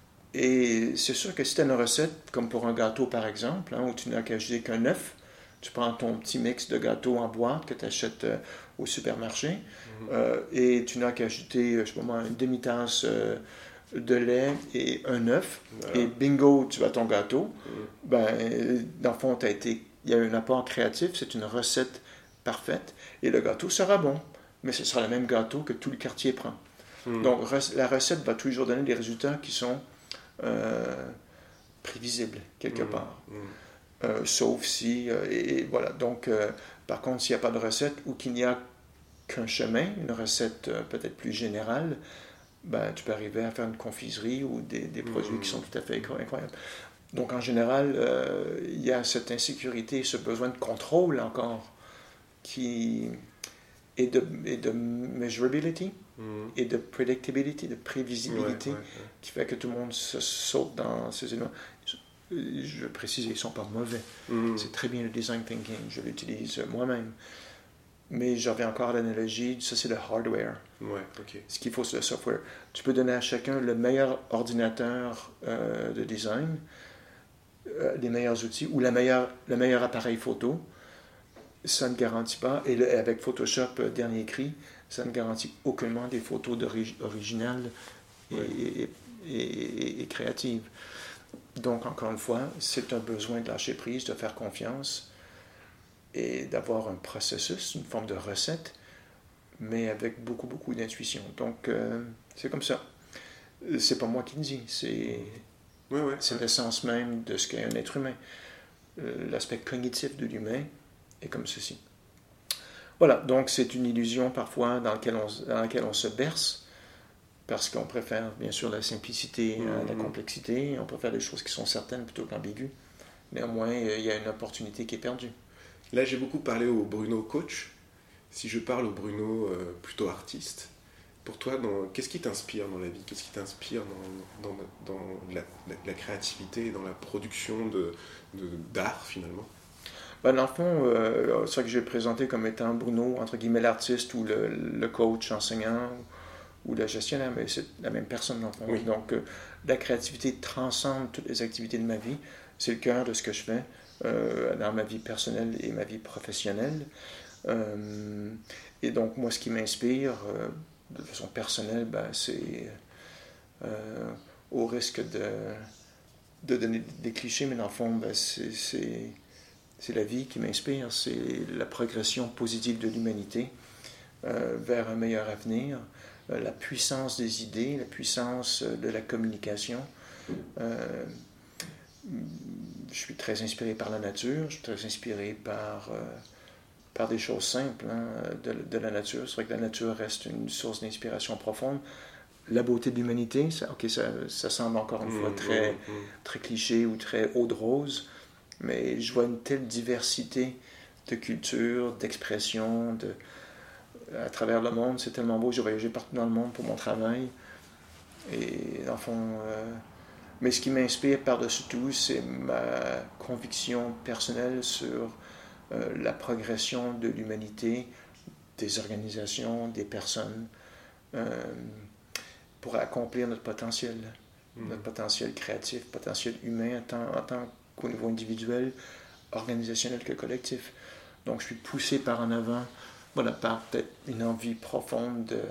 Et c'est sûr que si tu as une recette, comme pour un gâteau par exemple, hein, où tu n'as qu'à ajouter qu'un œuf, tu prends ton petit mix de gâteau en boîte que tu achètes euh, au supermarché mmh. euh, et tu n'as qu'à ajouter, je sais pas moi, une demi-tasse euh, de lait et un œuf, voilà. Et bingo, tu as ton gâteau. Mmh. Ben, dans le fond, t'as été, il y a un apport créatif, c'est une recette parfaite et le gâteau sera bon, mais ce sera le même gâteau que tout le quartier prend. Mmh. Donc, la recette va toujours donner des résultats qui sont euh, prévisibles, quelque mmh. part. Mmh. Euh, sauf si, euh, et, et voilà. Donc, euh, par contre, s'il n'y a pas de recette ou qu'il n'y a qu'un chemin, une recette euh, peut-être plus générale, ben, tu peux arriver à faire une confiserie ou des, des produits mmh. qui sont tout à fait incroyables. Donc, en général, euh, il y a cette insécurité, ce besoin de contrôle encore, qui et de, et de measurability, mmh. et de predictability, de prévisibilité, ouais, ouais, ouais. qui fait que tout le monde se saute dans ces éléments. Je précise, ils ne sont pas mauvais. Mmh. C'est très bien le design thinking, je l'utilise moi-même. Mais j'avais encore l'analogie, ça c'est le hardware. Ouais, okay. Ce qu'il faut, c'est le software. Tu peux donner à chacun le meilleur ordinateur euh, de design, euh, les meilleurs outils, ou la meilleure, le meilleur appareil photo. Ça ne garantit pas, et le, avec Photoshop euh, dernier cri, ça ne garantit aucunement des photos originales et, ouais. et, et, et, et créatives. Donc, encore une fois, c'est un besoin de lâcher prise, de faire confiance. et d'avoir un processus, une forme de recette, mais avec beaucoup, beaucoup d'intuition. Donc, euh, c'est comme ça. C'est pas moi qui le dis, c'est, ouais, ouais, c'est ouais. l'essence même de ce qu'est un être humain. L'aspect cognitif de l'humain est comme ceci. Voilà, donc c'est une illusion parfois dans laquelle on, dans laquelle on se berce, parce qu'on préfère bien sûr la simplicité à Mm-hmm. la complexité, on préfère des choses qui sont certaines plutôt qu'ambiguës. Néanmoins, il y a une opportunité qui est perdue. Là, j'ai beaucoup parlé au Bruno coach. Si je parle au Bruno euh, plutôt artiste, pour toi, dans, qu'est-ce qui t'inspire dans la vie? Qu'est-ce qui t'inspire dans, dans, dans la, la, la créativité et dans la production de, de, d'art, finalement? Ben, dans le fond, euh, c'est ça que j'ai présenté comme étant Bruno, entre guillemets, l'artiste ou le, le coach, enseignant ou, ou le gestionnaire, mais c'est la même personne, dans le fond. Oui. Donc, euh, la créativité transcende toutes les activités de ma vie. C'est le cœur de ce que je fais euh, dans ma vie personnelle et ma vie professionnelle. Euh, et donc, moi, ce qui m'inspire euh, de façon personnelle, ben, c'est euh, au risque de, de donner des clichés, mais dans le fond, ben, c'est, c'est, c'est la vie qui m'inspire, c'est la progression positive de l'humanité euh, vers un meilleur avenir, euh, la puissance des idées, la puissance de la communication. Euh, je suis très inspiré par la nature, je suis très inspiré par... Euh, par des choses simples hein, de, de la nature. C'est vrai que la nature reste une source d'inspiration profonde. La beauté de l'humanité, ça, okay, ça, ça semble encore une fois très, très cliché ou très eau de rose, mais je vois une telle diversité de cultures, d'expressions, de, à travers le monde. C'est tellement beau. J'ai voyagé partout dans le monde pour mon travail. Et dans le fond, euh, mais ce qui m'inspire par-dessus tout, c'est ma conviction personnelle sur Euh, la progression de l'humanité, des organisations, des personnes, euh, pour accomplir notre potentiel, mmh. notre potentiel créatif, potentiel humain, en tant, en tant qu'au niveau individuel, organisationnel que collectif. Donc je suis poussé par en avant, voilà, par peut-être une envie profonde de,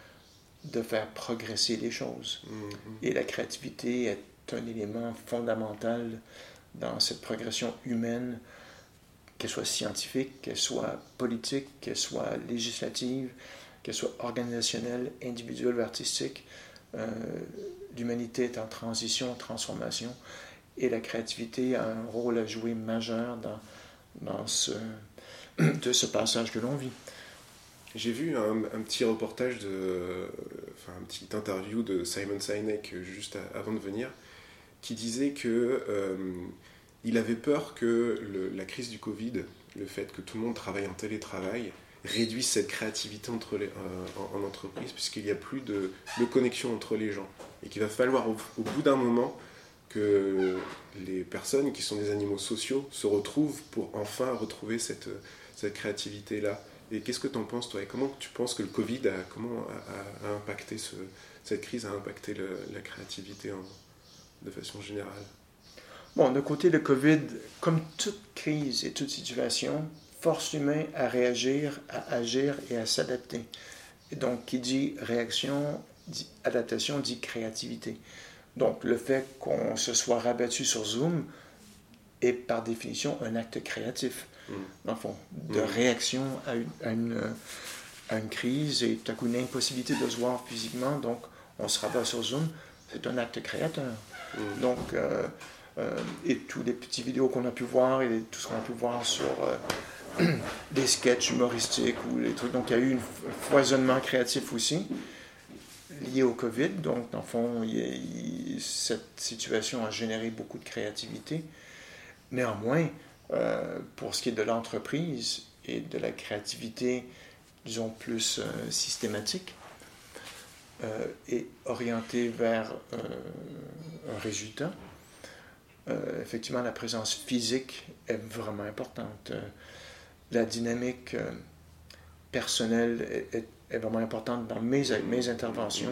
de faire progresser les choses. Mmh. Et la créativité est un élément fondamental dans cette progression humaine, qu'elle soit scientifique, qu'elle soit politique, qu'elle soit législative, qu'elle soit organisationnelle, individuelle ou artistique. Euh, l'humanité est en transition, en transformation, et la créativité a un rôle à jouer majeur dans, dans ce, de ce passage que l'on vit. J'ai vu un, un petit reportage, de, enfin un petit interview de Simon Sinek juste à, avant de venir, qui disait que euh, il avait peur que le, la crise du Covid, le fait que tout le monde travaille en télétravail, réduise cette créativité entre les, euh, en, en entreprise, puisqu'il n'y a plus de, de connexion entre les gens. Et qu'il va falloir, au, au bout d'un moment, que les personnes qui sont des animaux sociaux se retrouvent pour enfin retrouver cette, cette créativité-là. Et qu'est-ce que tu en penses, toi? Et comment tu penses que le Covid a, comment a, a, a impacté, ce, cette crise a impacté le, la créativité en, de façon générale? Bon, de côté de Covid, comme toute crise et toute situation, force l'humain à réagir, à agir et à s'adapter. Et donc, qui dit réaction, dit adaptation, dit créativité. Donc, le fait qu'on se soit rabattu sur Zoom est par définition un acte créatif, mmh. dans le fond, de mmh. réaction à une, à, une, à une crise et tout à coup une impossibilité de se voir physiquement. Donc, on se rabat sur Zoom, c'est un acte créateur. Mmh. Donc, euh, Euh, et tous les petits vidéos qu'on a pu voir et tout ce qu'on a pu voir sur euh, des sketchs humoristiques ou les trucs. Donc il y a eu un foisonnement créatif aussi lié au Covid. Donc dans le fond, il, il, cette situation a généré beaucoup de créativité. Néanmoins, euh, pour ce qui est de l'entreprise et de la créativité, disons plus euh, systématique euh, et orientée vers euh, un résultat, Euh, effectivement, la présence physique est vraiment importante. Euh, la dynamique euh, personnelle est, est, est vraiment importante dans mes, mes interventions.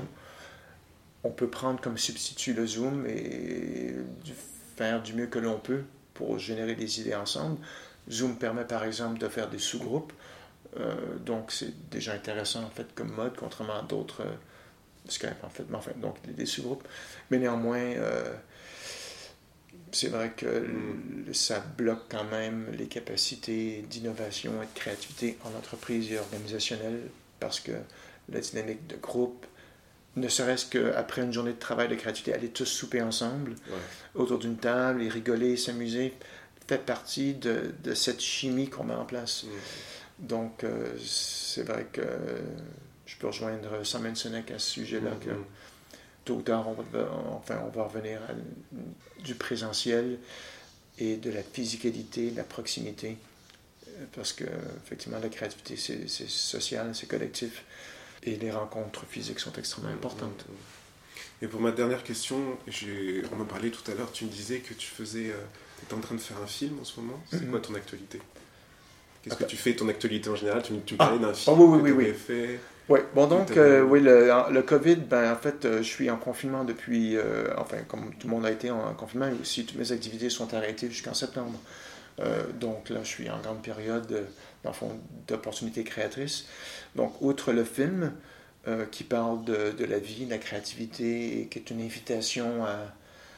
On peut prendre comme substitut le Zoom et du, faire du mieux que l'on peut pour générer des idées ensemble. Zoom permet par exemple de faire des sous-groupes. Euh, donc c'est déjà intéressant en fait comme mode, contrairement à d'autres euh, Skype en fait. Mais enfin, donc des sous-groupes. Mais néanmoins... Euh, c'est vrai que mm. ça bloque quand même les capacités d'innovation et de créativité en entreprise et organisationnelle, parce que la dynamique de groupe, ne serait-ce qu'après une journée de travail de créativité, aller tous souper ensemble, ouais. autour d'une table, et rigoler, s'amuser, fait partie de, de cette chimie qu'on met en place. Mm. Donc, euh, c'est vrai que je peux rejoindre Simon Sinek à ce sujet-là, mm. que tôt ou tard, on va, enfin, on va revenir à du présentiel et de la physicalité, de la proximité, parce que, effectivement, la créativité, c'est, c'est social, c'est collectif, et les rencontres physiques sont extrêmement importantes. Et pour ma dernière question, j'ai, on en parlait tout à l'heure, tu me disais que tu faisais, euh, tu étais en train de faire un film en ce moment. C'est mm-hmm. quoi ton actualité? Qu'est-ce ah, que tu fais, ton actualité en général? Tu, tu me parlais ah, d'un film oh, oui, que oui, tu avais oui. fait. Oui, bon donc, euh, oui, le, le COVID, ben, en fait, euh, je suis en confinement depuis, euh, enfin, comme tout le monde a été en confinement, et aussi toutes mes activités sont arrêtées jusqu'en septembre. Euh, donc là, je suis en grande période, euh, dans le fond, d'opportunités créatrices. Donc, outre le film, euh, qui parle de, de la vie, de la créativité, et qui est une invitation à,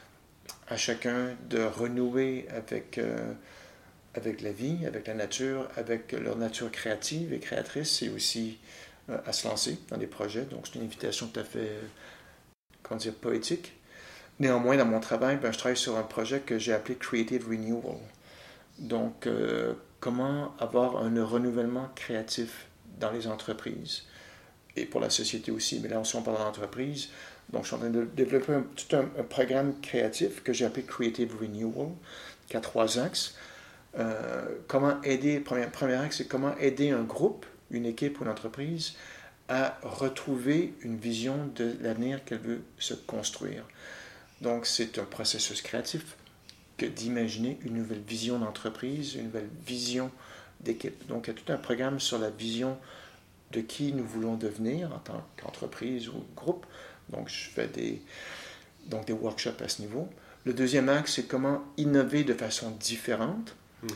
à chacun de renouer avec, euh, avec la vie, avec la nature, avec leur nature créative et créatrice, et aussi à se lancer dans des projets. Donc, c'est une invitation tout à fait, comment dire, poétique. Néanmoins, dans mon travail, ben, je travaille sur un projet que j'ai appelé Creative Renewal. Donc, euh, comment avoir un renouvellement créatif dans les entreprises et pour la société aussi. Mais là, si on parle d'entreprise, donc je suis en train de développer un, tout un, un programme créatif que j'ai appelé Creative Renewal, qui a trois axes. Euh, comment aider, premier, premier axe, c'est comment aider un groupe, une équipe ou une entreprise à retrouver une vision de l'avenir qu'elle veut se construire. Donc, c'est un processus créatif que d'imaginer une nouvelle vision d'entreprise, une nouvelle vision d'équipe. Donc, il y a tout un programme sur la vision de qui nous voulons devenir en tant qu'entreprise ou groupe. Donc, je fais des, donc des workshops à ce niveau. Le deuxième axe, c'est comment innover de façon différente. Mm-hmm.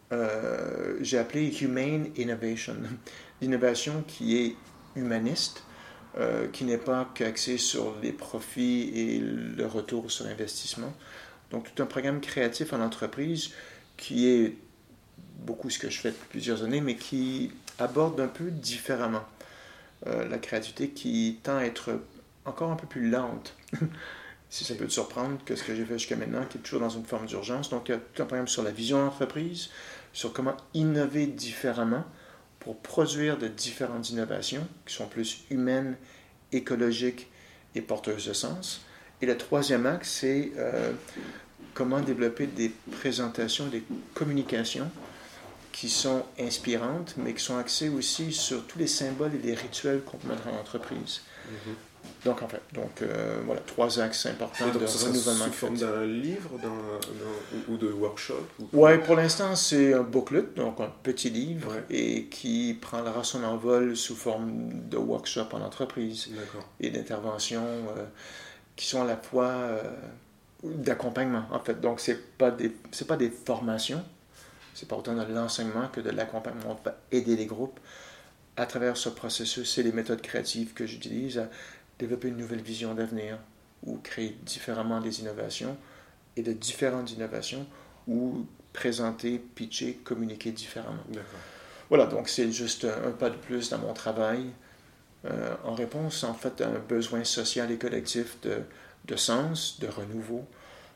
Euh, j'ai appelé Humane Innovation, l'innovation qui est humaniste, euh, qui n'est pas qu'axée sur les profits et le retour sur investissement. Donc, tout un programme créatif en entreprise qui est beaucoup ce que je fais depuis plusieurs années, mais qui aborde un peu différemment euh, la créativité, qui tend à être encore un peu plus lente, si ça peut te surprendre, que ce que j'ai fait jusqu'à maintenant, qui est toujours dans une forme d'urgence. Donc, il y a tout un programme sur la vision d'entreprise, sur comment innover différemment pour produire de différentes innovations qui sont plus humaines, écologiques et porteuses de sens. Et le troisième axe, c'est euh, comment développer des présentations, des communications qui sont inspirantes, mais qui sont axées aussi sur tous les symboles et les rituels qu'on peut mettre en entreprise. Mm-hmm. Donc, en fait, donc, euh, voilà, trois axes importants donc, de ça renouvellement. Sous forme d'un livre d'un, d'un, ou de workshop ou... Oui, pour l'instant, c'est un booklet, donc un petit livre, ouais. et qui prendra son envol sous forme de workshop en entreprise. D'accord. Et d'interventions euh, qui sont à la fois euh, d'accompagnement, en fait. Donc, ce n'est pas des, c'est pas des formations, c'est pas autant de l'enseignement que de l'accompagnement. On va aider les groupes à travers ce processus et les méthodes créatives que j'utilise à développer une nouvelle vision d'avenir ou créer différemment des innovations et de différentes innovations ou présenter, pitcher, communiquer différemment. D'accord. Voilà, donc c'est juste un pas de plus dans mon travail euh, en réponse en fait à un besoin social et collectif de, de sens, de renouveau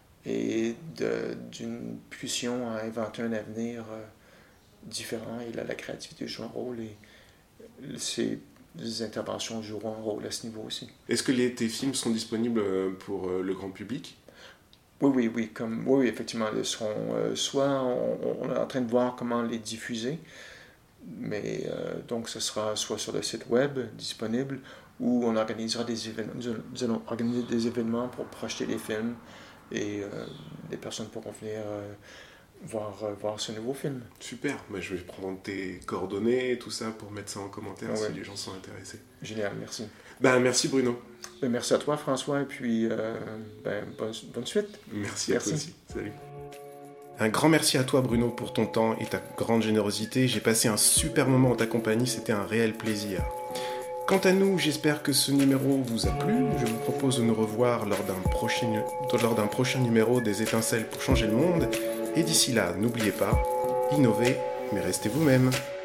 et de, d'une pulsion à inventer un avenir euh, différent. Et là, la créativité joue un rôle et c'est les interventions joueront un rôle à ce niveau aussi. Est-ce que les, tes films sont disponibles pour euh, le grand public? Oui, oui, oui. Comme, oui, effectivement, ils seront, euh, soit on, on est en train de voir comment les diffuser, mais euh, donc ce sera soit sur le site web disponible, ou on organisera des événements, nous allons organiser des événements pour projeter les films, et euh, les personnes pourront venir euh, Voir, voir ce nouveau film. Super, mais je vais prendre tes coordonnées et tout ça pour mettre ça en commentaire ah ouais. si les gens sont intéressés. Génial, merci. Ben, merci Bruno. Ben, merci à toi François et puis euh, ben, bonne, bonne suite. Merci, merci à toi aussi. Salut. Un grand merci à toi Bruno pour ton temps et ta grande générosité. J'ai passé un super moment en ta compagnie, c'était un réel plaisir. Quant à nous, j'espère que ce numéro vous a plu. Je vous propose de nous revoir lors d'un prochain, lors d'un prochain numéro des Étincelles pour changer le monde. Et d'ici là, n'oubliez pas, innovez, mais restez vous-même.